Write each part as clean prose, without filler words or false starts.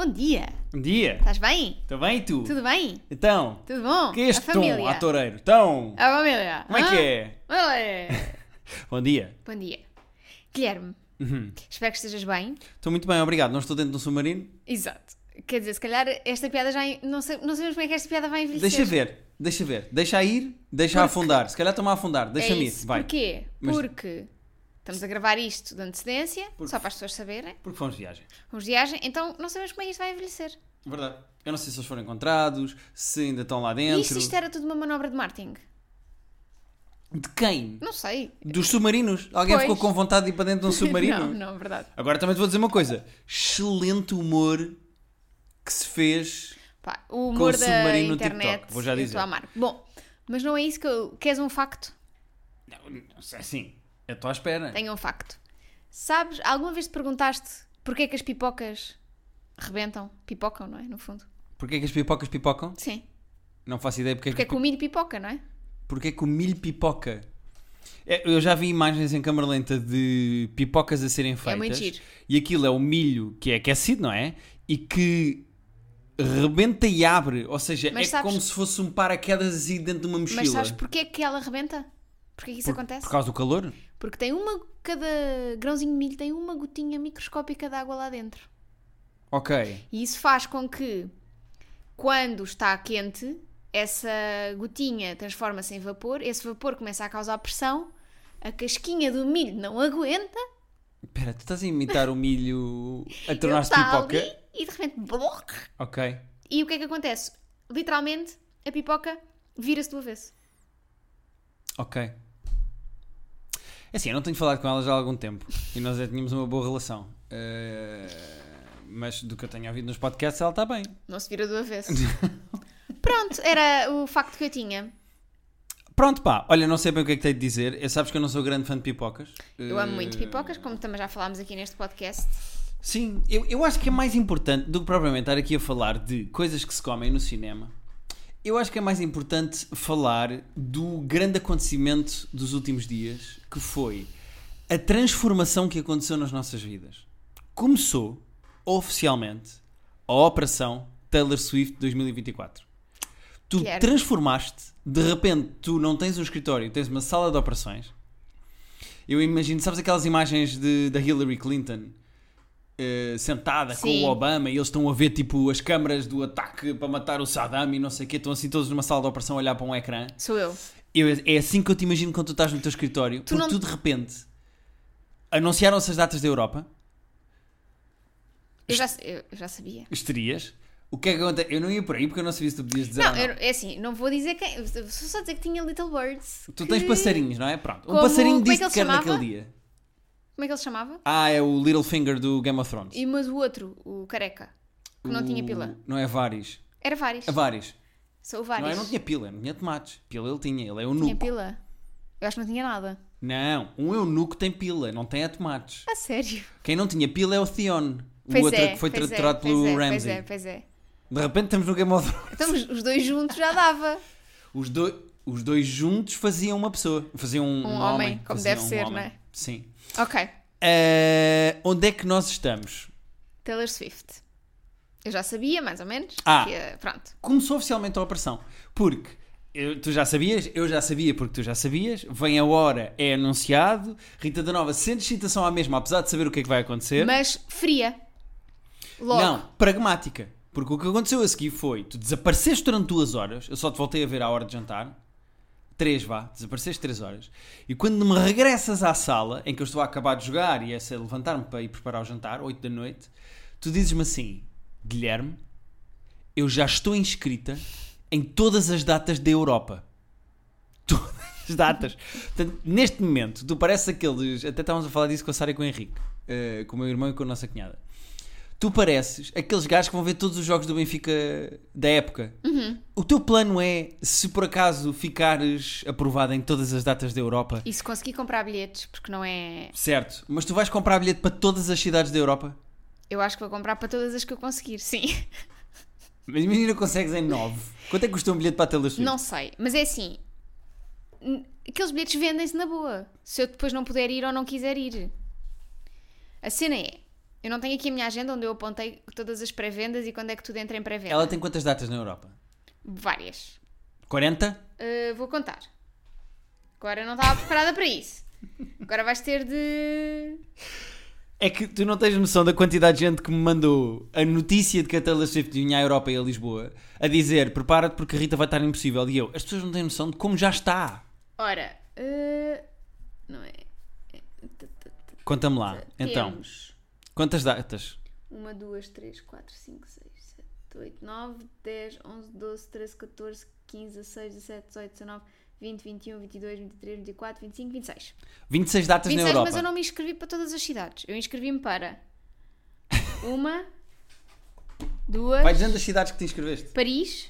Bom dia. Bom dia. Estás bem? Estou bem e tu? Tudo bem? Então, Tudo bom? que é este A família? tom atoreiro? Então, A família? como é que é? Olé. Bom dia. Bom dia. Guilherme, espero que estejas bem. Estou muito bem, obrigado. Não estou dentro de um submarino? Exato. Quer dizer, se calhar esta piada já... Não sabemos como é que esta piada vai envelhecer. Deixa ver. Deixa ir, deixa Porque- afundar. Se calhar estou-me a afundar. Deixa-me ir. isso. Vai. Porquê? Mas- Porque estamos a gravar isto de antecedência, Porque- só para as pessoas saberem. Porque fomos de viagem. Vamos de viagem, então não sabemos como é que isto vai envelhecer. Verdade. Eu não sei se eles foram encontrados, se ainda estão lá E dentro. se isto era tudo uma manobra de marketing? De quem? Não sei. Dos submarinos. Alguém Pois. ficou com vontade de ir para dentro de um submarino? Não, verdade. Agora também te vou dizer uma coisa. Excelente humor que se fez. Pá, o Com humor o da submarino no internet, TikTok, vou já eu dizer. estou a amar. Bom, mas não é isso que eu... Queres um facto? Não sei, sim. Eu estou à espera. Tenho um facto. Sabes, alguma vez te perguntaste porquê é que as pipocas rebentam? Pipocam, não é? No fundo. Porquê que as pipocas pipocam? Sim. Não faço ideia porque Porque é que o milho pipoca, não é? Porquê que o milho pipoca? Eu já vi imagens em câmara lenta de pipocas a serem feitas. muito giro. E aquilo é o milho que é aquecido, não é? E que rebenta e abre. Ou seja, Mas é sabes- como se fosse um paraquedas assim dentro de uma mochila. Mas sabes porquê é que ela rebenta? Porquê que isso acontece? Por causa do calor? Porque tem cada grãozinho de milho tem uma gotinha microscópica de água lá dentro. Ok. E isso faz com que, quando está quente, essa gotinha transforma-se em vapor, esse vapor começa a causar pressão, a casquinha do milho não aguenta, Espera, tu estás a imitar o milho a ele tornar-se está pipoca? ali e de repente... bloc. Ok. E o que é que acontece? Literalmente, a pipoca vira-se do avesso. Ok. É assim, eu não tenho falado com ela já há algum tempo e nós já tínhamos uma boa relação. Mas do que eu tenho ouvido nos podcasts, ela está bem. Não se vira do avesso. Pronto, era o facto que eu tinha. Pronto, pá. Olha, não sei bem o que é que tenho de dizer. Sabes que eu não sou grande fã de pipocas. Eu amo muito pipocas, como também já falámos aqui neste podcast. Sim, eu acho que é mais importante do que propriamente estar aqui a falar de coisas que se comem no cinema. Eu acho que é mais importante falar do grande acontecimento dos últimos dias, que foi a transformação que aconteceu nas nossas vidas. Começou, oficialmente, a Operação Taylor Swift 2024. Tu Guilherme. transformaste, de repente, tu não tens um escritório, tens uma sala de operações. Eu imagino, sabes aquelas imagens da Hillary Clinton sentada com Sim. o Obama e eles estão a ver tipo as câmaras do ataque para matar o Saddam e não sei o quê, estão assim todos numa sala de operação a olhar para um ecrã. Sou eu. É assim que eu te imagino quando tu estás no teu escritório, porque não- tu de repente anunciaram-se as datas da Europa, Eu já sabia. histerias. O que é que acontece? Eu não ia por aí porque eu não sabia se tu podias dizer Não, ou não. é assim, não vou dizer quem. Vou só dizer que tinha Little Birds. Tu tens passarinhos, não é? Pronto. Um Como- passarinho como é disse que ele que quer chamava? naquele dia. Como é que ele se chamava? Ah, é o Littlefinger do Game of Thrones. Mas o outro, o careca, que não tinha pila. Não é Varys. Era vários. É Varys. Sou o vários. Não, eu não tinha pila, não tinha tomates. Pila ele tinha, ele é Tinha eunuco. pila. Eu acho que não tinha nada. Não, um eunuco tem pila, não tem a tomates. A sério? Quem não tinha pila é o Theon. O Pois outro é, que foi pois tratorado é, pelo pois é, Ramsay. Pois é. De repente estamos no Game of Thrones. Então os dois juntos já dava. Os dois juntos faziam uma pessoa. Faziam um homem, como faziam deve um ser, homem. não é? Sim. Ok. Onde é que nós estamos? Taylor Swift. Eu já sabia, mais ou menos. Ah. Pronto. Começou oficialmente a operação. Porque tu já sabias, eu já sabia porque tu já sabias. Vem a hora, é anunciado. Rita da Nova sente excitação à mesma, apesar de saber o que é que vai acontecer. Mas fria. Logo. Não, pragmática. Porque o que aconteceu a seguir foi, tu desapareceste durante 2 horas, eu só te voltei a ver à hora de jantar, 3 vá, desapareceste 3 horas, e quando me regressas à sala, em que eu estou a acabar de jogar e é ser levantar-me para ir preparar o jantar, 8 da noite, tu dizes-me assim, Guilherme, eu já estou inscrita em todas as datas da Europa. Todas as datas. Portanto, neste momento, tu pareces aqueles, até estávamos a falar disso com a Sara e com o Henrique, com o meu irmão e com a nossa cunhada. Tu pareces aqueles gajos que vão ver todos os jogos do Benfica da época. O teu plano é, se por acaso ficares aprovado em todas as datas da Europa, E se conseguir comprar bilhetes, porque não é... certo, mas tu vais comprar bilhete para todas as cidades da Europa? Eu acho que vou comprar para todas as que eu conseguir, sim. Mas imagina que consegues em 9. Quanto é que custa um bilhete para a Taylor Swift? Não sei, mas é assim... Aqueles bilhetes vendem-se na boa. Se eu depois não puder ir ou não quiser ir. A cena é... Eu não tenho aqui a minha agenda onde eu apontei todas as pré-vendas e quando é que tudo entra em pré-venda. Ela tem quantas datas na Europa? Várias. 40? Vou contar. Agora não estava preparada para isso. Agora vais ter de... É que tu não tens noção da quantidade de gente que me mandou a notícia de que a Taylor Swift vinha à Europa e a Lisboa a dizer, prepara-te porque a Rita vai estar impossível. E eu, as pessoas não têm noção de como já está. Ora, não é... Conta-me lá. Então, Temos quantas datas? 1, 2, 3, 4, 5, 6, 7, 8, 9, 10, 11, 12, 13, 14, 15, 16, 17, 18, 19, 20, 21, 22, 23, 24, 25, 26. 26 datas 26, na Europa. mas eu não me inscrevi para todas as cidades. Eu inscrevi-me para 1, 2, Vai dizendo as cidades que te inscreveste. Paris.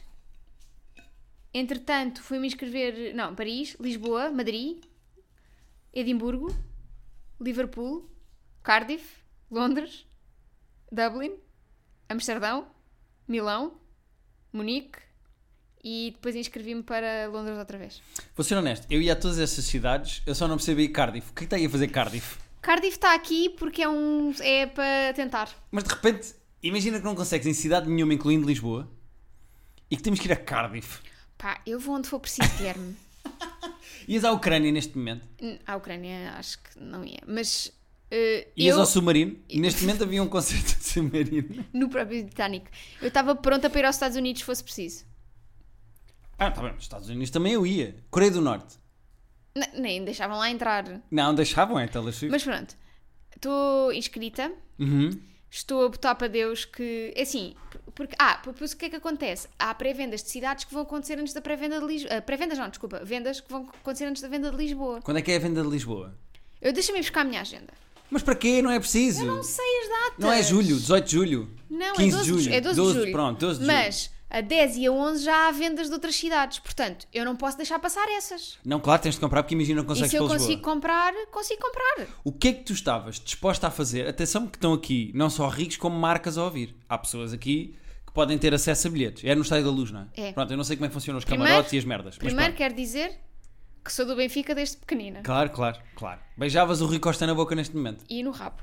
Entretanto, fui-me inscrever... Não, Paris, Lisboa, Madrid, Edimburgo, Liverpool, Cardiff, Londres, Dublin, Amsterdão, Milão, Munique e depois inscrevi-me para Londres outra vez. Vou ser honesto, eu ia a todas essas cidades, eu só não percebi Cardiff. O que é que está aí a fazer Cardiff? Cardiff está aqui porque é para tentar. Mas de repente, imagina que não consegues em cidade nenhuma, incluindo Lisboa, e que temos que ir a Cardiff. Pá, eu vou onde for preciso, Guilherme. Ias à Ucrânia neste momento. À Ucrânia acho que não ia, mas Ias eu, ao submarino. E neste momento havia um concerto de submarino. no próprio Titanic, eu estava pronta para ir aos Estados Unidos se fosse preciso. Ah, tá bem, nos Estados Unidos também eu ia. Coreia do Norte. Nem deixavam lá entrar. Não, deixavam, é Taylor Swift. Mas pronto, estou inscrita. Uhum. Estou a botar para Deus que... Assim, porque o que é que acontece? Há pré-vendas de cidades que vão acontecer antes da pré-venda de Lisboa. Pré-vendas não, desculpa. Vendas que vão acontecer antes da venda de Lisboa. Quando é que é a venda de Lisboa? Deixa-me ir buscar a minha agenda. Mas para quê? Não é preciso. Eu não sei as datas. Não é julho, 18 de julho. Não, 15 é 12 de julho. É 12 de julho. Pronto, 12 de julho. Mas a 10 e a 11 já há vendas de outras cidades. Portanto, eu não posso deixar passar essas. Não, claro, tens de comprar porque imagina não E consegues se eu para Lisboa. consigo comprar. O que é que tu estavas disposta a fazer? Atenção que estão aqui não só ricos como marcas a ouvir. Há pessoas aqui que podem ter acesso a bilhetes. É no Estádio da Luz, não é? É. Pronto, eu não sei como é que funcionam os Primeiro- camarotes e as merdas. Mas Primeiro pronto. quero dizer que sou do Benfica desde pequenina. Claro. Beijavas o Rui Costa na boca neste momento. E no rabo.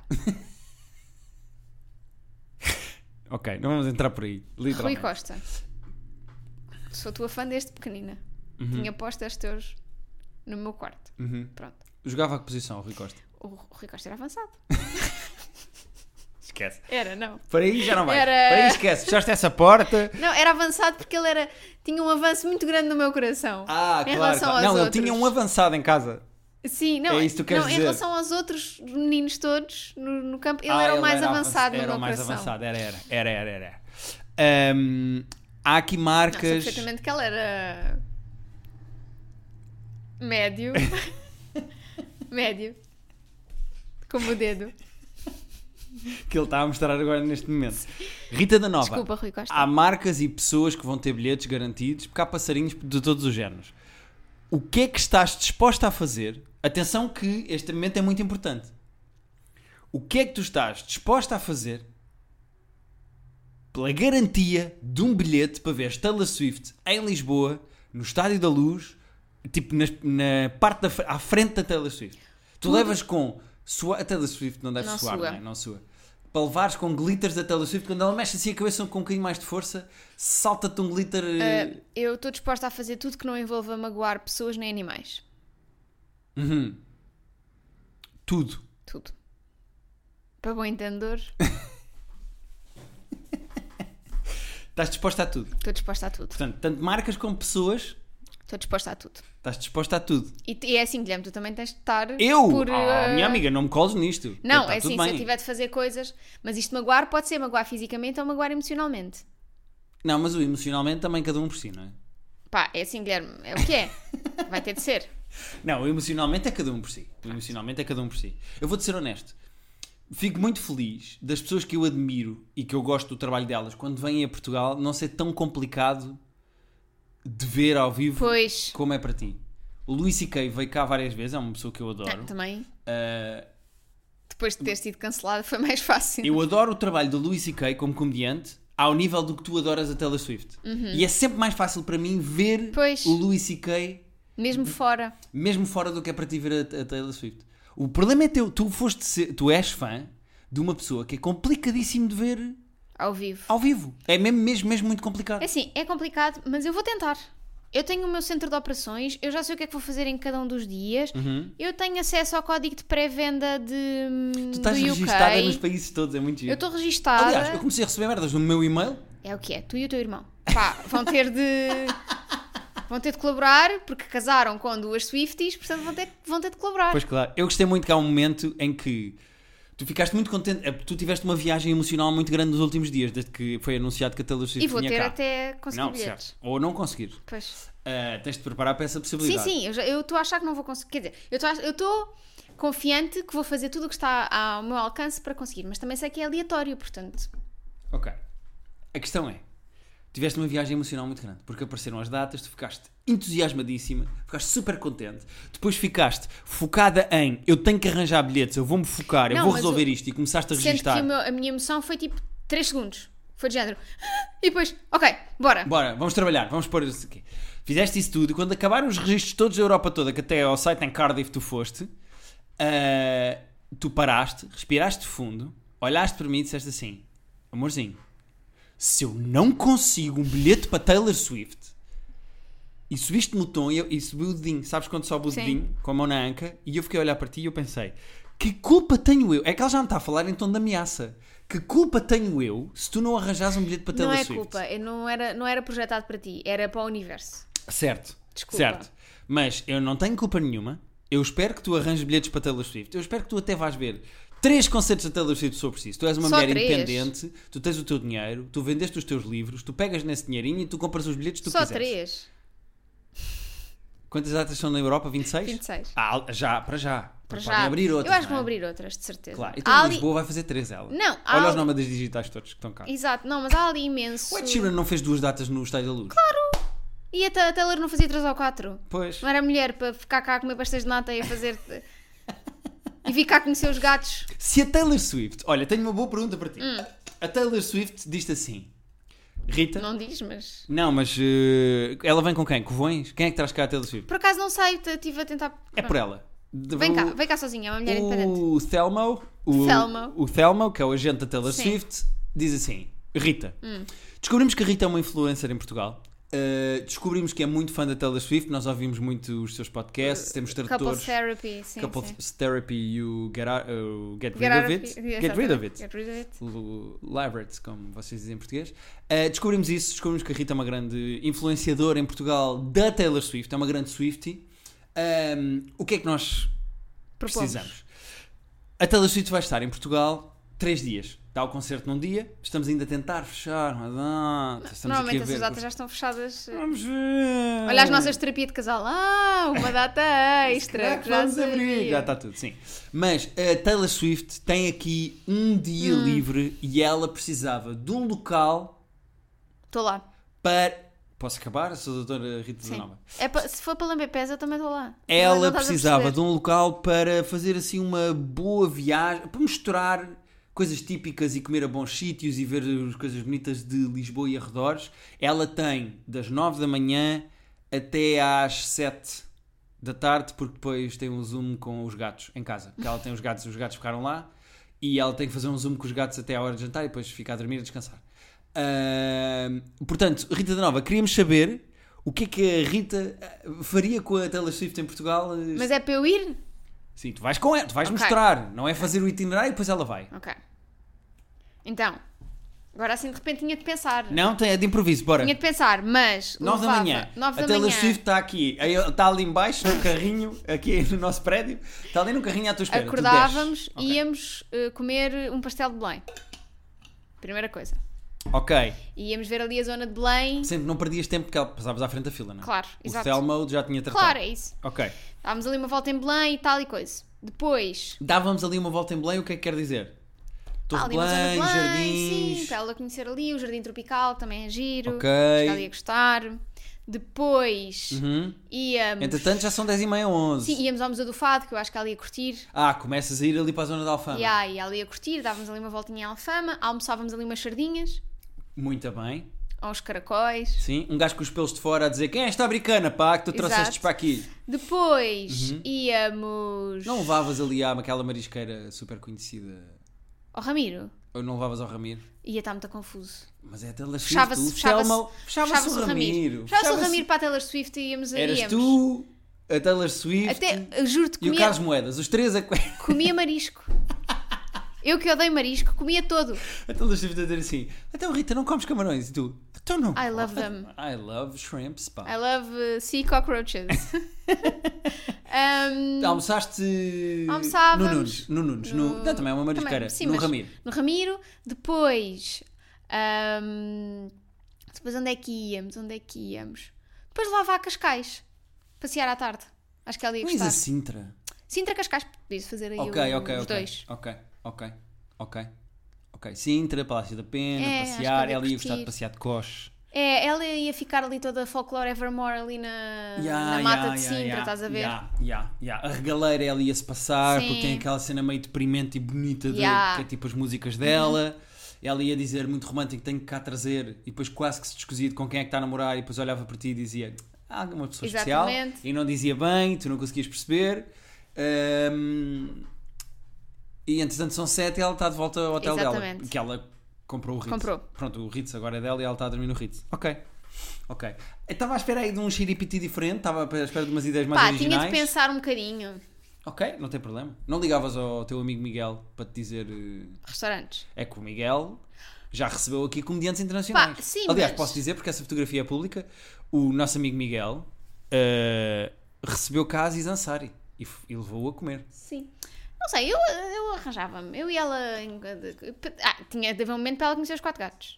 Ok, não vamos entrar por aí. Rui Literalmente. Costa. Sou tua fã desde pequenina. Tinha posters teus no meu quarto. Uhum. Pronto. Jogava a que posição, o Rui Costa? O Rui Costa era avançado. Esquece. Era, não. Para aí já não vai. Era- Para aí esquece. Fechaste essa porta. Não, era avançado porque ele tinha um avanço muito grande no meu coração. Ah, Em claro. relação claro. aos Não, ele outros. tinha um avançado em casa. Sim, não, É isso que tu queres não, em dizer. relação aos outros meninos todos no campo, ele era o mais avançado no Era meu o mais coração. avançado. Era. Há aqui Não, sei marcas... perfeitamente que ele era médio. Médio. Como o dedo. que ele está a mostrar agora neste momento. Rita da Nova. Desculpa, Rui Costa. Há marcas e pessoas que vão ter bilhetes garantidos, porque há passarinhos de todos os géneros. O que é que estás disposta a fazer? Atenção que este momento é muito importante. O que é que tu estás disposta a fazer pela garantia de um bilhete para ver Taylor Swift em Lisboa, no Estádio da Luz, tipo na parte à frente da Taylor Swift? Tu Tudo. levas com... A Taylor Swift não deve Não suar, sua. não é? Não sua. Para levares com glitters da Taylor Swift, quando ela mexe assim a cabeça com um bocadinho mais de força, salta-te um glitter... Eu estou disposta a fazer tudo que não envolva magoar pessoas nem animais. Uhum. Tudo. Tudo. Para bom entendedor, Estás disposta a tudo. estou disposta a tudo. Portanto, tanto marcas como pessoas, Estou disposta a tudo. estás disposta a tudo. E é assim, Guilherme, tu também tens de estar Eu? por... Minha amiga, não me coles nisto. Não, Está é tudo assim, se bem. eu tiver de fazer coisas... Mas isto magoar pode ser magoar fisicamente ou magoar emocionalmente. Não, mas o emocionalmente também cada um por si, não é? Pá, é assim, Guilherme, é o que é. Vai ter de ser. Não, o emocionalmente é cada um por si. O emocionalmente é cada um por si. Eu vou-te ser honesto. Fico muito feliz das pessoas que eu admiro e que eu gosto do trabalho delas quando vêm a Portugal não ser tão complicado de ver ao vivo Pois. como é para ti. O Louis C.K. veio cá várias vezes, é uma pessoa que eu adoro. Também, Uh, depois de ter sido cancelado, foi mais fácil. eu adoro o trabalho do Louis C.K. como comediante ao nível do que tu adoras a Taylor Swift. E é sempre mais fácil para mim ver Pois. o Louis C.K. Mesmo fora. mesmo fora do que é para ti ver a Taylor Swift. O problema é teu, tu és fã, de uma pessoa que é complicadíssimo de ver Ao vivo. ao vivo. É mesmo muito complicado. É assim, é complicado, mas eu vou tentar. Eu tenho o meu centro de operações, eu já sei o que é que vou fazer em cada um dos dias, eu tenho acesso ao código de pré-venda Tu estás do registada UK. nos países todos, é muito giro. Eu estou registada. Aliás, eu comecei a receber merdas no meu e-mail. É o que é, tu e o teu irmão. Pá, vão ter de colaborar, porque casaram com 2 Swifties, portanto vão ter de colaborar. Pois claro. Eu gostei muito que há um momento em que tu ficaste muito contente. Tu tiveste uma viagem emocional muito grande nos últimos dias, desde que foi anunciado que a Taylor Swift E vou vinha ter cá. até conseguir Não, bilhetes. certo. Ou não conseguir. Pois. Tens de preparar para essa possibilidade. Sim, eu estou a achar que não vou conseguir. Quer dizer, eu estou confiante que vou fazer tudo o que está ao meu alcance para conseguir, mas também sei que é aleatório, portanto. Ok. A questão é, tiveste uma viagem emocional muito grande, porque apareceram as datas, tu ficaste entusiasmadíssima, ficaste super contente, depois ficaste focada em eu tenho que arranjar bilhetes, eu vou-me focar, eu Não, vou mas resolver isto, e começaste a Sendo que registar. a minha emoção foi tipo 3 segundos. Foi de género. E depois, ok, bora. Bora, vamos trabalhar, vamos pôr isso aqui. Fizeste isso tudo, e quando acabaram os registros todos da Europa toda, que até ao site em Cardiff tu foste, tu paraste, respiraste fundo, olhaste para mim e disseste assim: amorzinho, se eu não consigo um bilhete para Taylor Swift, e subiste no tom e subiu o dedinho, sabes quando sobe o Sim. dedinho com a mão na anca, e eu fiquei a olhar para ti e eu pensei: que culpa tenho eu? É que ela já me está a falar em tom de ameaça. Que culpa tenho eu se tu não arranjas um bilhete para Taylor Não é Swift? culpa, não era projetado para ti, era para o universo. Certo, Desculpa. certo. Mas eu não tenho culpa nenhuma. Eu espero que tu arranjes bilhetes para Taylor Swift. Eu espero que tu até vais ver 3 concertos da Taylor Swift se for preciso. Tu és uma Só mulher 3? independente, tu tens o teu dinheiro, tu vendeste os teus livros, tu pegas nesse dinheirinho e tu compras os bilhetes que tu Só quiseres. 3. Quantas datas são na Europa? 26? 26. Para já. Para Podem já. abrir outras. Eu acho que não vão é? abrir outras, de certeza. Claro. Então Há a ali- Lisboa vai fazer 3 ela. Não, há Olha os ali- nómadas digitais todos que estão cá. Exato, não, mas há ali imenso. O Ed Sheeran não fez 2 datas no Estádio da Luz? E a Taylor não fazia 3 ou 4. Pois. Não era mulher para ficar cá a comer pastéis de nata e a fazer. E vir cá conhecer os gatos. Se a Taylor Swift... Olha, tenho uma boa pergunta para ti. A Taylor Swift diz-te assim: Rita... Não diz, mas. Não, mas ela vem com quem? Covões? Quem é que traz cá a Taylor Swift? Por acaso não sei, estive a tentar. É por ela. Vem cá sozinha, é uma mulher independente. O Thelmo, o Thelmo, que é o agente da Taylor Sim. Swift, diz assim: Rita, descobrimos que a Rita é uma influencer em Portugal. Descobrimos que é muito fã da Taylor Swift. Nós ouvimos muito os seus podcasts, temos Couple tradutores. therapy, sim. Couple sim. Therapy, you get Get rid out of of it. it. Get rid of it. Get rid of it. Leverage, como vocês dizem em português. Descobrimos isso, descobrimos que a Rita é uma grande influenciadora em Portugal da Taylor Swift, é uma grande Swiftie. O que é que nós Propomos. precisamos? A Taylor Swift vai estar em Portugal 3 dias. Dá o concerto num dia, estamos ainda a tentar fechar uma data. Estamos aqui Normalmente a ver. essas datas já estão fechadas. Vamos ver. Olha as nossas terapia de casal. Uma data extra. que já Vamos abrir. sabia. Já está tudo, sim. Mas a Taylor Swift tem aqui um dia livre e ela precisava de um local Estou lá. para... Posso acabar? Eu sou a doutora Rita Sim. Zanova. Se for para lamber pés, eu também estou lá. Não Ela estás a precisava perceber. de um local para fazer assim uma boa viagem, para misturar coisas típicas e comer a bons sítios e ver as coisas bonitas de Lisboa e arredores. Ela tem das 9 da manhã até às 7 da tarde, porque depois tem um zoom com os gatos em casa. Porque ela tem os gatos ficaram lá e ela tem que fazer um zoom com os gatos até à hora de jantar e depois fica a dormir e a descansar. Portanto, Rita da Nova, queríamos saber o que é que a Rita faria com a Taylor Swift em Portugal. Mas é para eu ir? Sim, tu vais com ela, tu vais Ok. mostrar, não é fazer o itinerário e depois ela vai. Ok. Então, agora assim de repente tinha de pensar. Não, é de improviso, bora. Tinha de pensar, mas 9 da levava- manhã. 9 da A Taylor manhã. Swift está aqui, está ali em baixo, no carrinho, aqui no nosso prédio. Está ali no carrinho à tua espera. tu Acordávamos desces. e íamos comer um pastel de Belém. Primeira coisa. Ok. Íamos ver ali a zona de Belém. Sempre não perdias tempo porque passavas à frente da fila, não é? Claro, O exato. Thelmo já tinha tratado. Claro, é isso. Ok. Dávamos ali uma volta em Belém e tal e coisa. Depois, Dávamos ali uma volta em Belém, o que é que quer dizer? Torre de ali uma zona de Belém, Belém, jardins... sim, para ela conhecer ali o Jardim Tropical, também é giro. Ok. Acho que ela ia gostar. Depois Uhum. íamos... Entretanto já são 10h30, 11. Sim, íamos ao Museu do Fado, que eu acho que ela ia curtir. Começas a ir ali para a zona da Alfama. E ela ia curtir, dávamos ali uma voltinha em Alfama, almoçávamos ali umas sardinhas, Muito bem. ou uns caracóis. Sim, um gajo com os pelos de fora a dizer: quem é esta americana, pá, que tu Exato. trouxestes para aqui? Depois íamos... Não levavas ali àquela marisqueira super conhecida Ao Ramiro. Ou não levavas ao Ramiro? Ia estar muito confuso. Mas é a Taylor Swift. Fechava-se o Ramiro. Fechava-se o Ramiro para a Taylor Swift e íamos. Eras tu, a Taylor Swift até, juro-te, e o Carlos Moedas. Os três a... Comia marisco. Eu que odeio marisco, comia todo. A Taylor Swift a dizer assim: então Rita, não comes camarões? E tu? Então não. I love them. I love shrimps, pá. I love sea cockroaches. Almoçaste Almoçávamos no Nunes. Não, também é uma marisqueira. No Ramiro. No Ramiro. Depois onde é que íamos? Depois levava a Cascais. Passear à tarde. Acho que ela ia gostar. Mas a Sintra? Sintra, Cascais. Podia fazer aí os dois. Ok. Sintra, Palácio da Pena, passear. Ela ia gostar de passear de coche. Ela ia ficar ali toda folclore Evermore ali na mata de Sintra, estás a ver? A regaleira ela ia-se passar, porque tem aquela cena meio deprimente e bonita, que é tipo as músicas dela. Ela ia dizer, muito romântico, tenho que cá trazer, e depois quase que se descosia de com quem é que está a namorar, e depois olhava para ti e dizia, uma pessoa especial, e não dizia bem, tu não conseguias perceber. E entretanto são 7 e ela está de volta ao hotel dela, que ela comprou o Ritz. Pronto, o Ritz agora é dela e ela está a dormir no Ritz. Ok. Eu estava à espera aí de um xiripiti diferente, estava à espera de umas ideias mais originais. Tinha de pensar um bocadinho. Ok, não tem problema. Não ligavas ao teu amigo Miguel para te dizer... Restaurantes. É que o Miguel já recebeu aqui comediantes internacionais. Sim, aliás, posso dizer, porque essa fotografia é pública, o nosso amigo Miguel recebeu cá a Aziz Ansari e levou-o a comer. Sim. Não sei, eu arranjava-me. Eu e ela... tinha de haver um momento para ela conhecer os 4 gatos.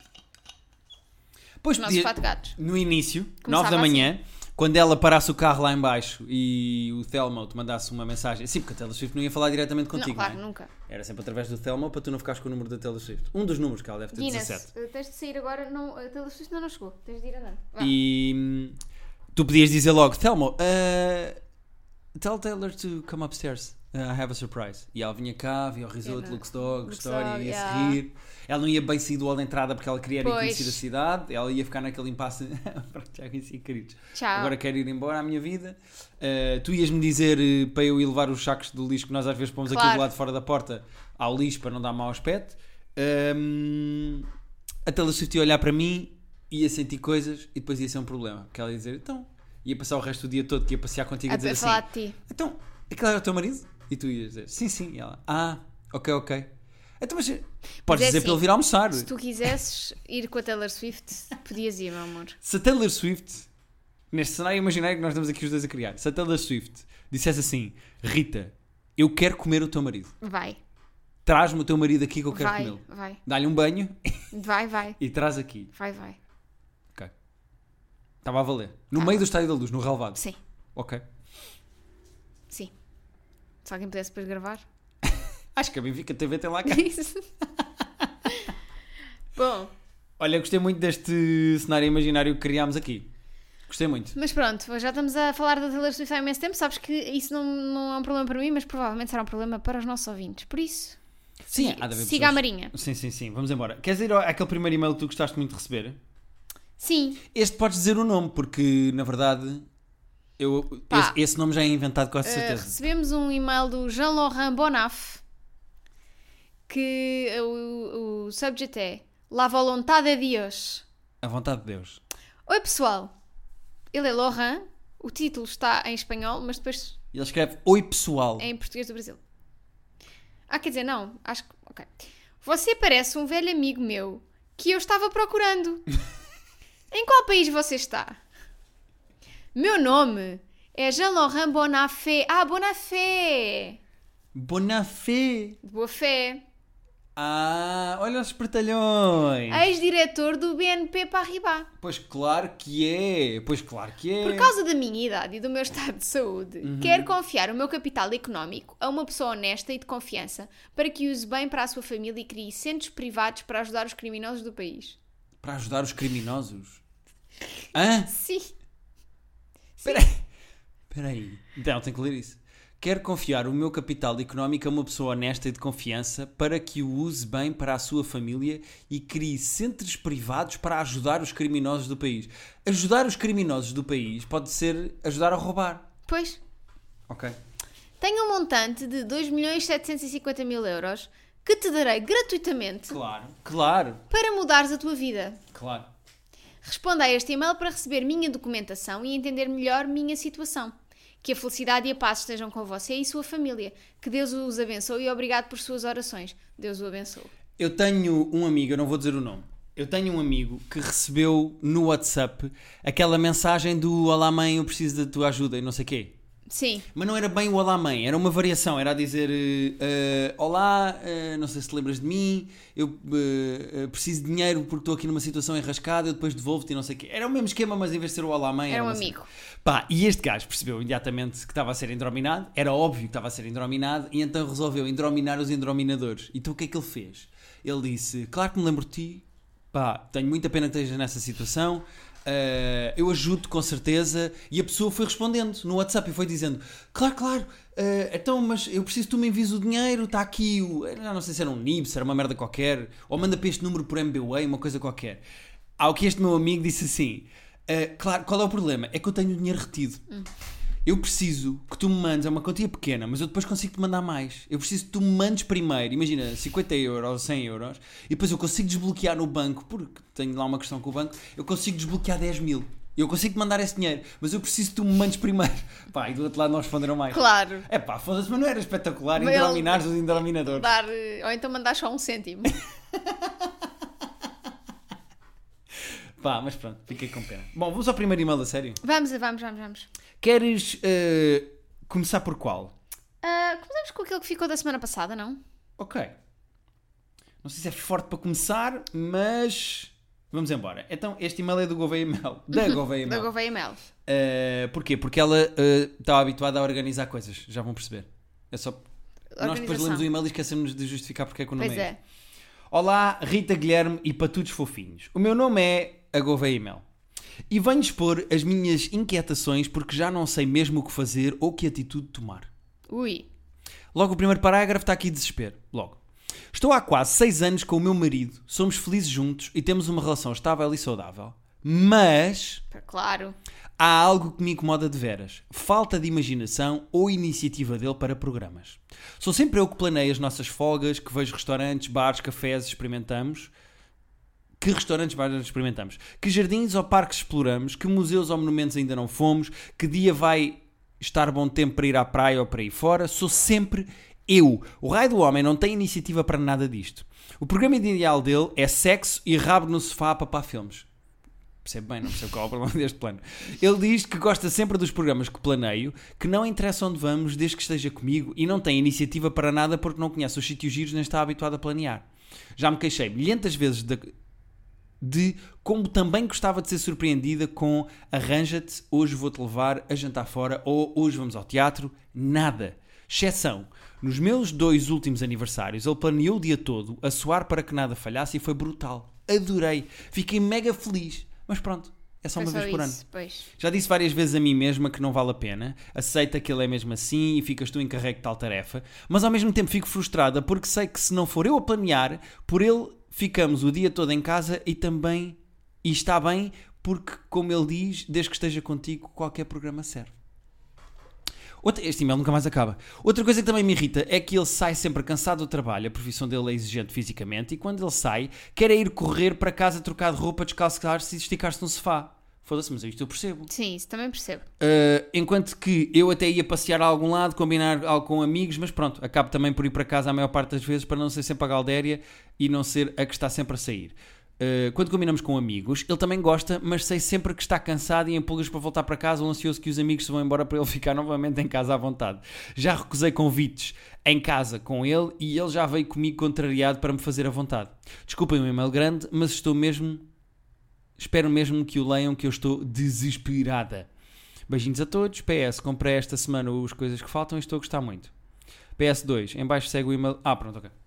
Pois os nossos 4 gatos. No início, 9 da manhã, quando ela parasse o carro lá em baixo e o Thelma te mandasse uma mensagem... Sim, porque a Taylor Swift não ia falar diretamente contigo, não, claro, não é? Nunca. Era sempre através do Thelma para tu não ficares com o número da Taylor Swift. Um dos números que ela deve ter, Guinness, 17. Tens de sair agora, não, a Taylor Swift ainda não chegou. Tens de ir andando. E tu podias dizer logo, Thelma, tell Taylor to come upstairs. I have a surprise. E ela vinha cá, via o risoto, Lux Dog, história, ia-se rir. Ela não ia bem sair do hall de entrada porque ela queria ir conhecer a cidade. Ela ia ficar naquele impasse. Pronto, já conheci, queridos. Tchau. Agora quero ir embora à minha vida. Tu ias-me dizer para eu ir levar os sacos do lixo que nós às vezes pomos aqui do lado de fora da porta ao lixo para não dar mau aspecto. A Taylor Swift ia olhar para mim, ia sentir coisas e depois ia ser um problema. Porque ela ia dizer, então, ia passar o resto do dia todo que ia passear contigo a dizer assim. Falar de ti. Então, aquele era o teu marido? E tu ias dizer, sim. E ela, ok. Então, mas podes dizer assim, para ele vir almoçar. Se tu quisesses ir com a Taylor Swift, podias ir, meu amor. Se a Taylor Swift, neste cenário imaginário que nós estamos aqui os dois a criar, se a Taylor Swift dissesse assim, Rita, eu quero comer o teu marido. Vai. Traz-me o teu marido aqui que eu quero comê-lo. Vai. Dá-lhe um banho. Vai. E traz aqui. Vai. Ok. Estava a valer. No meio do Estádio da Luz, no relevado. Sim. Ok. Sim. Se alguém pudesse depois gravar. Acho que a Benfica TV tem lá cá. Bom. Olha, gostei muito deste cenário imaginário que criámos aqui. Gostei muito. Mas pronto, já estamos a falar da Taylor Swift há imenso tempo. Sabes que isso não é um problema para mim, mas provavelmente será um problema para os nossos ouvintes. Por isso, sim, siga a Marinha. Sim. Vamos embora. Queres ir àquele primeiro e-mail que tu gostaste muito de receber? Sim. Este podes dizer o nome, porque na verdade... esse nome já é inventado com certeza. Recebemos um e-mail do Jean-Laurent Bonaf que o subject é La vontade de Deus. A vontade de Deus. Oi pessoal, ele é Laurent, o título está em espanhol, mas depois ele escreve Oi pessoal em português do Brasil. Quer dizer, não, acho que ok. Você parece um velho amigo meu que eu estava procurando. Em qual país você está? Meu nome é Jean-Laurent Bonafé. Bonafé! Bonafé! Boa fé. Olha os espertalhões! Ex-diretor do BNP Paribas. Pois claro que é! Por causa da minha idade e do meu estado de saúde, quero confiar o meu capital económico a uma pessoa honesta e de confiança para que use bem para a sua família e crie centros privados para ajudar os criminosos do país. Para ajudar os criminosos? Sim. Espera aí. Então, tenho que ler isso. Quero confiar o meu capital económico a uma pessoa honesta e de confiança para que o use bem para a sua família e crie centros privados para ajudar os criminosos do país. Ajudar os criminosos do país pode ser ajudar a roubar. Pois. Ok. Tenho um montante de 2.750.000 euros que te darei gratuitamente Claro. para mudares a tua vida. Claro. Responda a este e-mail para receber minha documentação e entender melhor minha situação. Que a felicidade e a paz estejam com você e sua família. Que Deus os abençoe e obrigado por suas orações. Deus o abençoe. Eu tenho um amigo, eu não vou dizer o nome. Eu tenho um amigo que recebeu no WhatsApp aquela mensagem do Olá mãe, eu preciso da tua ajuda e não sei o quê. Sim. Mas não era bem o Olá mãe, era uma variação, era a dizer Olá, não sei se te lembras de mim, eu preciso de dinheiro porque estou aqui numa situação enrascada, eu depois devolvo-te e não sei o quê. Era o mesmo esquema, mas em vez de ser o Olá mãe... Era um amigo. Pá, e este gajo percebeu imediatamente que estava a ser indrominado, era óbvio que estava a ser indrominado, e então resolveu indrominar os indrominadores. Então o que é que ele fez? Ele disse, claro que me lembro de ti, pá, tenho muita pena que estejas nessa situação... eu ajudo-te com certeza. E a pessoa foi respondendo no WhatsApp e foi dizendo claro, então mas eu preciso que tu me envies o dinheiro, está aqui não sei se era um NIB, se era uma merda qualquer, ou manda para este número por MBWay, uma coisa qualquer. Ao que este meu amigo disse assim, claro, qual é o problema? É que eu tenho o dinheiro retido. Eu preciso que tu me mandes, é uma quantia pequena, mas eu depois consigo-te mandar mais. Eu preciso que tu me mandes primeiro, imagina, 50 euros, 100 euros, e depois eu consigo desbloquear no banco, porque tenho lá uma questão com o banco, eu consigo desbloquear 10 mil. Eu consigo-te mandar esse dinheiro, mas eu preciso que tu me mandes primeiro. Pá, e do outro lado não responderam mais. Claro. É pá, foda-se, mas não era espetacular Mas indrominares os indrominadores. Ou então mandar só 1 cêntimo. Pá, mas pronto, fiquei com pena. Bom, vamos ao primeiro e-mail a sério? Vamos. Queres começar por qual? Começamos com aquele que ficou da semana passada, não? Ok. Não sei se é forte para começar, mas vamos embora. Então, este e-mail é do Gouveia Mel. Da Gouveia Mel. Da Gouveia Mel. Porquê? Porque ela estava habituada a organizar coisas. Já vão perceber. É só... Nós depois lemos o e-mail e esquecemos de justificar porque é que o nome Pois é é. este. Olá, Rita, Guilherme e patudos fofinhos. O meu nome é a Gouveia Mel. E venho expor as minhas inquietações porque já não sei mesmo o que fazer ou que atitude tomar. Ui. Logo o primeiro parágrafo está aqui desespero. Logo. Estou há quase 6 anos com o meu marido, somos felizes juntos e temos uma relação estável e saudável. Mas... Claro. há algo que me incomoda de veras. Falta de imaginação ou iniciativa dele para programas. Sou sempre eu que planeio as nossas folgas, que vejo restaurantes, bares, cafés, experimentamos... Que restaurantes experimentamos? Que jardins ou parques exploramos? Que museus ou monumentos ainda não fomos? Que dia vai estar bom tempo para ir à praia ou para ir fora? Sou sempre eu. O raio do homem não tem iniciativa para nada disto. O programa ideal dele é sexo e rabo no sofá a papar filmes. Percebe bem, não percebo qual é o problema deste plano. Ele diz que gosta sempre dos programas que planeio, que não interessa onde vamos desde que esteja comigo e não tem iniciativa para nada porque não conhece os sítios giros nem está habituado a planear. Já me queixei milhentas vezes de como também gostava de ser surpreendida com arranja-te, hoje vou-te levar a jantar fora ou hoje vamos ao teatro. Nada. Exceção. Nos meus 2 últimos aniversários ele planeou o dia todo a suar para que nada falhasse e foi brutal. Adorei. Fiquei mega feliz. Mas pronto, é só uma vez por ano. Pois. Já disse várias vezes a mim mesma que não vale a pena. Aceita que ele é mesmo assim e ficas tu encarregue de tal tarefa. Mas ao mesmo tempo fico frustrada porque sei que se não for eu a planear, por ele ficamos o dia todo em casa e também... E está bem porque, como ele diz, desde que esteja contigo, qualquer programa serve. Este e-mail nunca mais acaba. Outra coisa que também me irrita é que ele sai sempre cansado do trabalho, a profissão dele é exigente fisicamente, e quando ele sai, quer é ir correr para casa, trocar de roupa, descalçar-se e esticar-se no sofá. Foda-se, mas isto eu percebo. Sim, isso também percebo. Enquanto que eu até ia passear a algum lado, combinar algo com amigos, mas pronto, acabo também por ir para casa a maior parte das vezes para não ser sempre a galdéria e não ser a que está sempre a sair. Quando combinamos com amigos, ele também gosta, mas sei sempre que está cansado e em pulgas para voltar para casa ou ansioso que os amigos se vão embora para ele ficar novamente em casa à vontade. Já recusei convites em casa com ele e ele já veio comigo contrariado para me fazer à vontade. Desculpem o e-mail grande, mas espero mesmo que o leiam, que eu estou desesperada. Beijinhos a todos. PS, comprei esta semana as coisas que faltam e estou a gostar muito. PS2, em baixo segue o e-mail. Pronto, ok.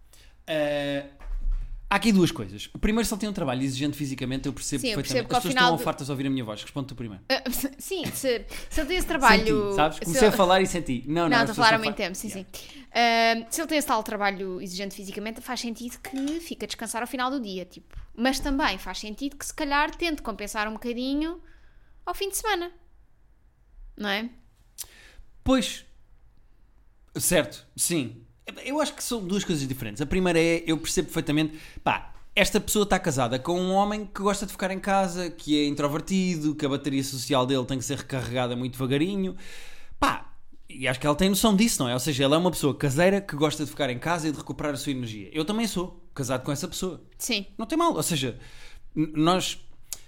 Há aqui 2 coisas. O primeiro, se ele tem um trabalho exigente fisicamente, eu percebo perfeitamente. Que as pessoas estão fartas de ouvir a minha voz. Responde tu primeiro. Sim, se ele tem esse trabalho... Senti, sabes? Comecei a falar e senti. Não, estou a falar há muito tempo, sim. Se ele tem esse tal trabalho exigente fisicamente, faz sentido que fica a descansar ao final do dia, tipo. Mas também faz sentido que se calhar tente compensar um bocadinho ao fim de semana. Não é? Pois. Certo, sim. Eu acho que são duas coisas diferentes. A primeira é, eu percebo perfeitamente, pá, esta pessoa está casada com um homem que gosta de ficar em casa, que é introvertido, que a bateria social dele tem que ser recarregada muito devagarinho. Pá, e acho que ela tem noção disso, não é? Ou seja, ela é uma pessoa caseira que gosta de ficar em casa e de recuperar a sua energia. Eu também sou casado com essa pessoa. Sim. Não tem mal. Ou seja, nós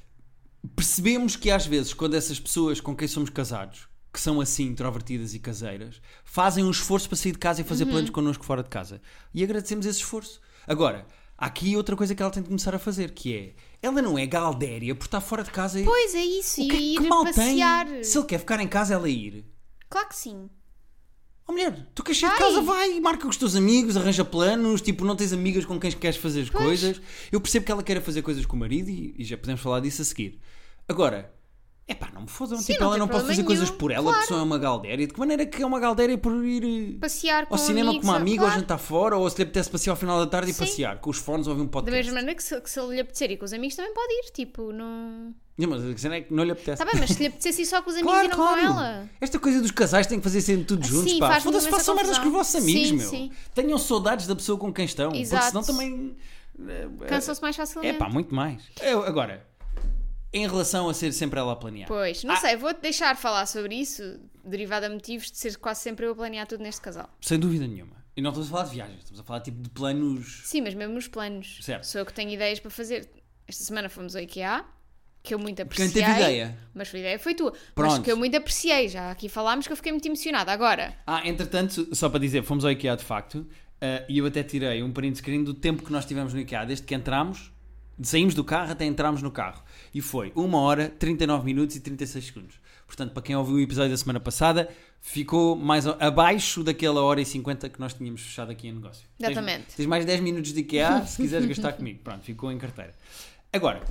percebemos que às vezes, quando essas pessoas com quem somos casados, que são assim introvertidas e caseiras, fazem um esforço para sair de casa e fazer planos connosco fora de casa. E agradecemos esse esforço. Agora, há aqui outra coisa que ela tem de começar a fazer, que é, ela não é galdéria por estar fora de casa. Pois é isso, O que é e que ir mal passear. tem se ele quer ficar em casa, ela ir? Claro que sim. Oh mulher, tu queres sair de Vai. casa, vai, marca com os teus amigos, arranja planos, tipo, não tens amigas com quem queres fazer as coisas. Eu percebo que ela queira fazer coisas com o marido e já podemos falar disso a seguir. Agora, não me fodam, Sim, tipo, não ela tem não pode fazer problema coisas nenhum, por ela, claro. porque só é uma galdéria. De que maneira que é uma galdéria por ir Passear com ao cinema amigos, com uma amiga, ou claro. jantar fora, ou se lhe apetece passear ao final da tarde e Sim. passear, com os fones ou ouvir um Da podcast. mesma maneira que se ele lhe apetecer e com os amigos também pode ir, tipo, não... Não, mas a questão é que não lhe apetece. Tá bem, mas se lhe apetecesse ir só com os amigos Claro, e não claro. com ela. Esta coisa dos casais têm que fazer sempre tudo juntos, Sim, pá. faz-me Foda-se, imensa façam merdas com os confusão. vossos amigos, Sim, meu. sim. Tenham saudades da pessoa com quem estão. Exato. Porque senão também... Cansam-se mais facilmente. É pá, muito mais. Agora, em relação a ser sempre ela a planear. Pois, não sei, vou-te deixar falar sobre isso, derivado a motivos de ser quase sempre eu a planear tudo neste casal. Sem dúvida nenhuma. E não estamos a falar de viagens, estamos a falar tipo de planos... Sim, mas mesmo nos planos. Certo. Sou eu que tenho ideias para fazer. Esta semana fomos ao IKEA, que eu muito Quem apreciei. teve ideia? Mas a ideia foi tua. Mas Pronto. que eu muito apreciei. Já aqui falámos que eu fiquei muito emocionada. Agora, Entretanto, só para dizer, fomos ao IKEA de facto, e eu até tirei um print screen do tempo que nós tivemos no IKEA, desde que entramos, saímos do carro até entramos no carro. E foi 1 hora, 39 minutos e 36 segundos. Portanto, para quem ouviu o episódio da semana passada, ficou mais abaixo daquela hora e 50 que nós tínhamos fechado aqui em negócio. Exatamente. Tens mais 10 minutos de IKEA se quiseres gastar comigo. Pronto, ficou em carteira. Agora,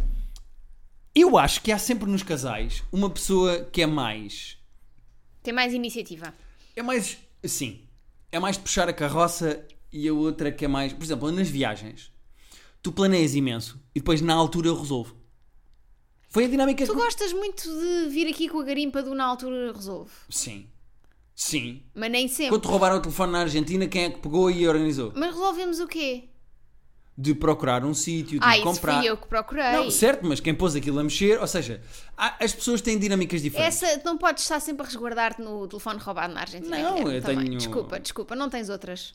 eu acho que há sempre nos casais uma pessoa que é mais... tem mais iniciativa. É mais... Sim. É mais de puxar a carroça e a outra que é mais... Por exemplo, nas viagens, tu planeias imenso e depois na altura eu resolvo. Foi a dinâmica Tu que... gostas muito de vir aqui com a garimpa do na altura resolve. Sim. Sim. Mas nem sempre. Quando te roubaram o telefone na Argentina, quem é que pegou e organizou? Mas resolvemos o quê? De procurar um sítio, de Isso comprar... fui eu que procurei. Não, certo, mas quem pôs aquilo a mexer... Ou seja, as pessoas têm dinâmicas diferentes. Essa, não podes estar sempre a resguardar-te no telefone roubado na Argentina. Não, Guilherme, eu também. tenho- Desculpa, não tens outras.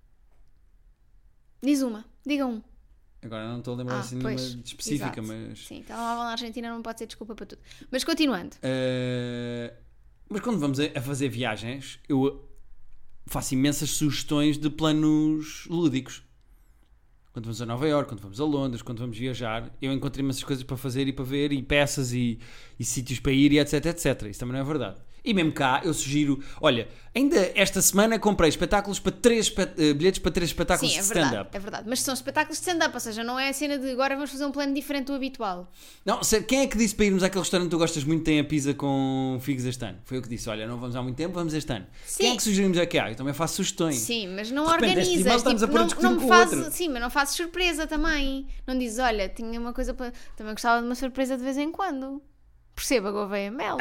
Diz uma, diga um. Agora não estou a lembrar assim nenhuma específica, exato. mas... Sim, telemóvel na Argentina não pode ser desculpa para tudo. Mas continuando. Mas quando vamos a fazer viagens, eu faço imensas sugestões de planos lúdicos. Quando vamos a Nova Iorque, quando vamos a Londres, quando vamos viajar, eu encontro imensas coisas para fazer e para ver, e peças e sítios para ir e etc, etc. Isso também não é verdade. E mesmo cá, eu sugiro... Olha, ainda esta semana comprei espetáculos para bilhetes para 3 espetáculos Sim, de é verdade, stand-up. é verdade. Mas são espetáculos de stand-up, ou seja, não é a cena de agora vamos fazer um plano diferente do habitual. Não, quem é que disse para irmos àquele restaurante que tu gostas muito tem a pizza com figos este ano? Foi eu que disse, olha, não vamos há muito tempo, vamos este ano. Sim. Quem é que sugerimos aqui? Eu também faço sugestões. Sim, mas não De repente, este organizas. e-mail estamos a pôr a não, discutir não um me com o fazes, outro. sim, mas não fazes surpresa também. Não dizes, olha, tinha uma coisa para. Também gostava de uma surpresa de vez em quando. Perceba, Gouveia Mel.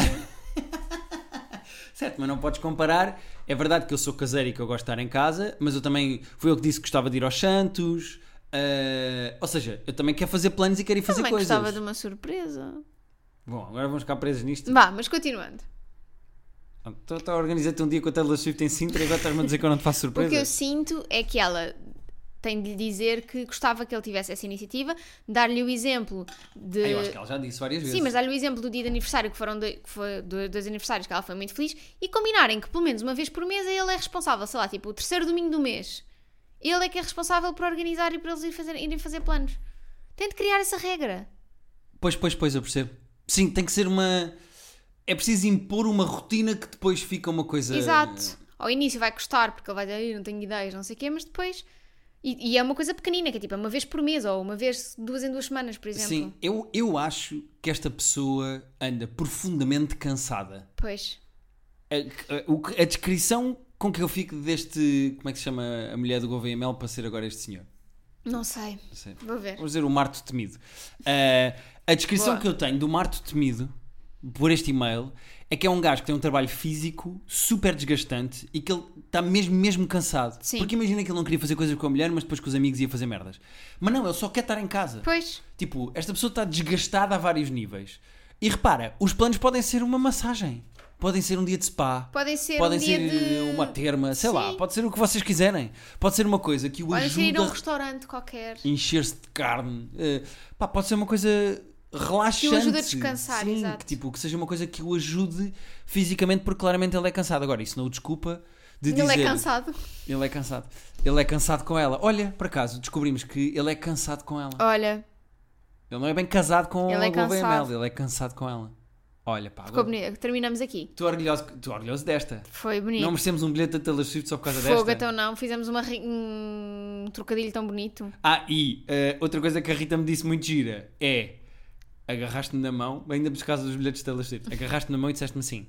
Certo, mas não podes comparar. É verdade que eu sou caseiro e que eu gosto de estar em casa, mas eu também... Fui eu que disse que gostava de ir aos Santos. Ou seja, eu também quero fazer planos e quero ir fazer Também coisas. gostava de uma surpresa. Bom, agora vamos ficar presos nisto. Vá, mas continuando. Estou a organizar-te um dia com a Taylor Swift em Sintra e agora estás-me a dizer que eu não te faço surpresa. O que eu sinto é que ela tem de lhe dizer que gostava que ele tivesse essa iniciativa, dar-lhe o exemplo de... Eu acho que ela já disse várias vezes. Sim, mas dar-lhe o exemplo do dia de aniversário, que foi dois aniversários que ela foi muito feliz, e combinarem que pelo menos uma vez por mês ele é responsável, sei lá, tipo o terceiro domingo do mês. Ele é que é responsável por organizar e por eles irem fazer planos. Tem de criar essa regra. Pois, eu percebo. Sim, tem que ser uma... É preciso impor uma rotina que depois fica uma coisa... Exato. Ao início vai custar, porque ele vai dizer, não tenho ideias, não sei o quê, mas depois... E é uma coisa pequenina, que é tipo uma vez por mês, ou uma vez 2 em 2 semanas, por exemplo. Sim, eu acho que esta pessoa anda profundamente cansada. Pois. A descrição com que eu fico deste... Como é que se chama a mulher do Gouveia Mel para ser agora este senhor? Não sei. Não sei. Vou ver. Vamos dizer o Marto Temido. A descrição Boa. que eu tenho do Marto Temido por este e-mail é que é um gajo que tem um trabalho físico super desgastante e que ele está mesmo cansado. Sim. Porque imagina que ele não queria fazer coisas com a mulher, mas depois com os amigos ia fazer merdas. Mas não, ele só quer estar em casa. Pois. Tipo, esta pessoa está desgastada a vários níveis. E repara, os planos podem ser uma massagem. Podem ser um dia de spa. Podem ser podem um dia ser de... uma terma. Sei Sim. lá, pode ser o que vocês quiserem. Pode ser uma coisa que o Podem ser ir a ajuda um restaurante qualquer. a encher-se de carne. Pá, pode ser uma coisa relaxante. Que o ajude a descansar, Sim, exato. que seja uma coisa que o ajude fisicamente, porque claramente ele é cansado. Agora, isso não o desculpa de dizer... Ele é cansado. Ele é cansado. Ele é cansado com ela. Olha, por acaso, descobrimos que ele é cansado com ela. Olha, Ele não é bem casado com Ele é a Gouveia cansado. Mel, ele é cansado com ela. Olha, pá. ficou Agora, bonito. Terminamos aqui. estou orgulhoso desta. Foi bonito. Não merecemos um bilhete da Taylor Swift só por causa Fogo, desta. então não. Fizemos um trocadilho tão bonito. E outra coisa que a Rita me disse muito gira é: agarraste-me na mão, ainda por causa dos bilhetes de Taylor Swift, agarraste-me na mão e disseste-me assim: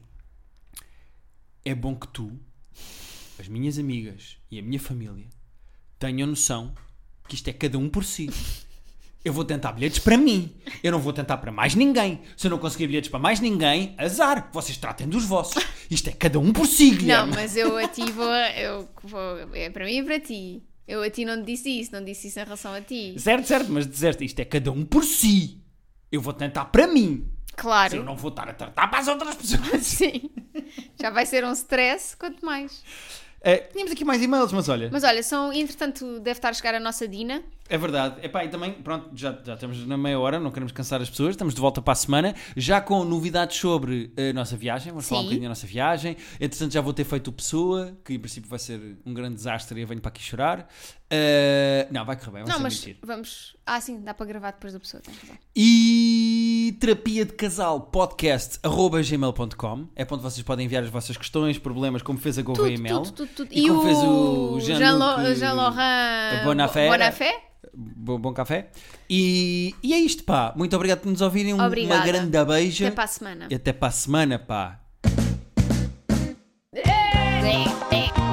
é bom que tu, as minhas amigas e a minha família tenham noção que isto é cada um por si. Eu vou tentar bilhetes para mim. Eu não vou tentar para mais ninguém. Se eu não conseguir bilhetes para mais ninguém, azar. Vocês tratem dos vossos. Isto é cada um por si, Não, Guilherme. mas eu a ti vou... É para mim e para ti. Eu a ti não disse isso. Não disse isso em relação a ti. Certo, mas disseste isto é cada um por si. Eu vou tentar para mim. Claro. Eu não vou estar a tratar para as outras pessoas. Sim. Já vai ser um stress, quanto mais. Tínhamos aqui mais e-mails, mas olha. Mas olha, entretanto, deve estar a chegar a nossa Dina. É verdade. Epá, e também, pronto, já estamos na meia hora, não queremos cansar as pessoas, estamos de volta para a semana, já com novidades sobre a nossa viagem, vamos falar um Sim. bocadinho da nossa viagem. Entretanto, já vou ter feito o Pessoa, que em princípio vai ser um grande desastre e eu venho para aqui chorar. Não, vai correr bem, vai Não, ser mas mentir. vamos... Ah, sim, dá para gravar depois da pessoa, tem razão. E terapia de casal podcast@gmail.com é para onde vocês podem enviar as vossas questões, problemas, como fez a Gouveia Mel. Tudo. E como fez o Jean-Luc Jean-Laurent Bonafé. Bom café. E é isto, pá. Muito obrigado por nos ouvirem. Obrigada. Uma grande beija. Até para a semana. E até para a semana, pá. É.